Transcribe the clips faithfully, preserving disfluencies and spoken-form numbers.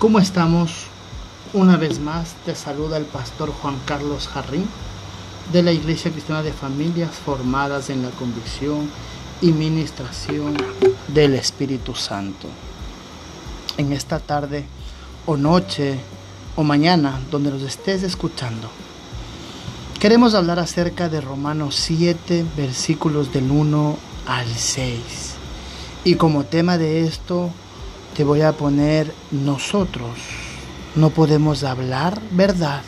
¿Cómo estamos? Una vez más te saluda el pastor Juan Carlos Jarrín de la Iglesia Cristiana de Familias Formadas en la Convicción y Ministración del Espíritu Santo. En esta tarde o noche o mañana, donde nos estés escuchando, queremos hablar acerca de Romanos siete, versículos del uno al seis. Y como tema de esto te voy a poner: nosotros no podemos hablar verdad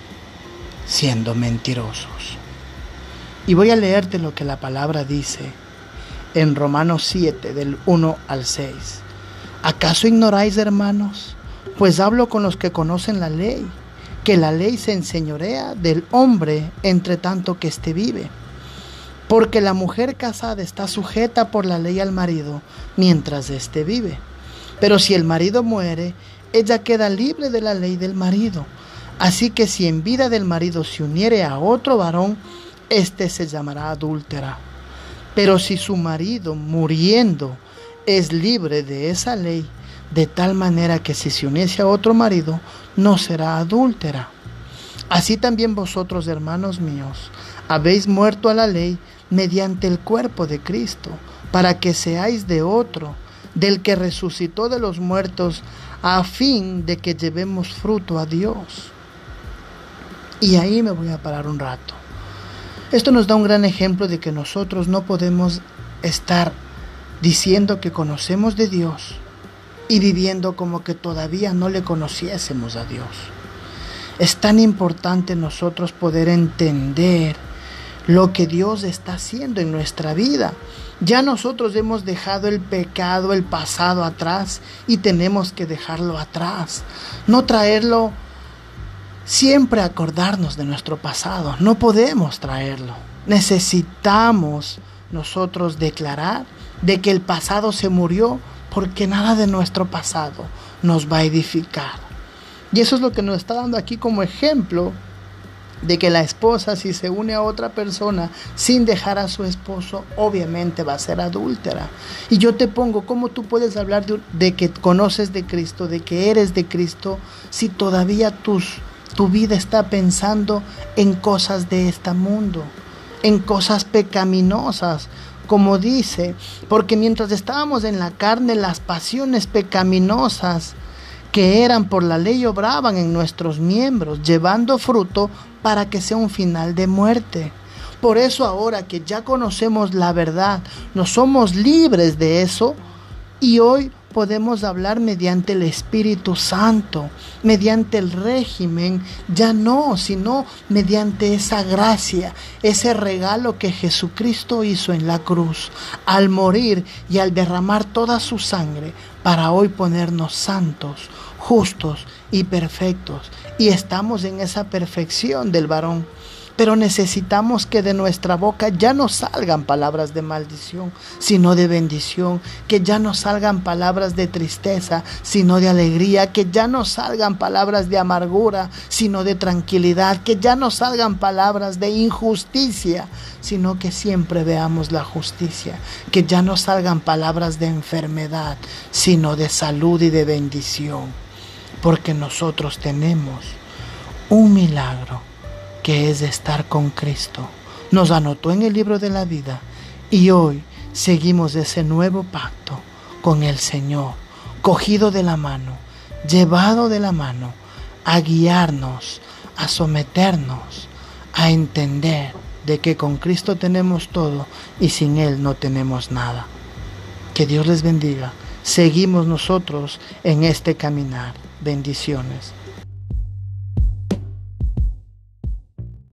siendo mentirosos. Y voy a leerte lo que la palabra dice en Romanos siete, del uno al seis. ¿Acaso ignoráis, hermanos? Pues hablo con los que conocen la ley, que la ley se enseñorea del hombre entre tanto que éste vive. Porque la mujer casada está sujeta por la ley al marido mientras éste vive. Pero si el marido muere, ella queda libre de la ley del marido. Así que si en vida del marido se uniere a otro varón, éste se llamará adúltera. Pero si su marido, muriendo, es libre de esa ley, de tal manera que si se uniese a otro marido, no será adúltera. Así también vosotros, hermanos míos, habéis muerto a la ley mediante el cuerpo de Cristo, para que seáis de otro, del que resucitó de los muertos, a fin de que llevemos fruto a Dios. Y ahí me voy a parar un rato. Esto nos da un gran ejemplo de que nosotros no podemos estar diciendo que conocemos de Dios y viviendo como que todavía no le conociésemos a Dios. Es tan importante nosotros poder entender lo que Dios está haciendo en nuestra vida. Ya nosotros hemos dejado el pecado, el pasado atrás, y tenemos que dejarlo atrás. No traerlo, siempre acordarnos de nuestro pasado. No podemos traerlo. Necesitamos nosotros declarar de que el pasado se murió, porque nada de nuestro pasado nos va a edificar. Y eso es lo que nos está dando aquí como ejemplo, de que la esposa, si se une a otra persona sin dejar a su esposo, obviamente va a ser adúltera. Y yo te pongo: ¿cómo tú puedes hablar de, de que conoces de Cristo, de que eres de Cristo, si todavía tus, tu vida está pensando en cosas de este mundo, en cosas pecaminosas? Como dice, porque mientras estábamos en la carne, las pasiones pecaminosas que eran por la ley obraban en nuestros miembros, llevando fruto para que sea un final de muerte. Por eso ahora que ya conocemos la verdad, nos somos libres de eso, y hoy podemos hablar mediante el Espíritu Santo, mediante el régimen, ya no, sino mediante esa gracia, ese regalo que Jesucristo hizo en la cruz, al morir y al derramar toda su sangre, para hoy ponernos santos, justos y perfectos. Y estamos en esa perfección del varón. Pero necesitamos que de nuestra boca ya no salgan palabras de maldición, sino de bendición. Que ya no salgan palabras de tristeza, sino de alegría. Que ya no salgan palabras de amargura, sino de tranquilidad. Que ya no salgan palabras de injusticia, sino que siempre veamos la justicia. Que ya no salgan palabras de enfermedad, sino de salud y de bendición. Porque nosotros tenemos un milagro, que es estar con Cristo. Nos anotó en el libro de la vida, y hoy seguimos ese nuevo pacto con el Señor, cogido de la mano, llevado de la mano, a guiarnos, a someternos, a entender de que con Cristo tenemos todo y sin Él no tenemos nada. Que Dios les bendiga. Seguimos nosotros en este caminar. Bendiciones.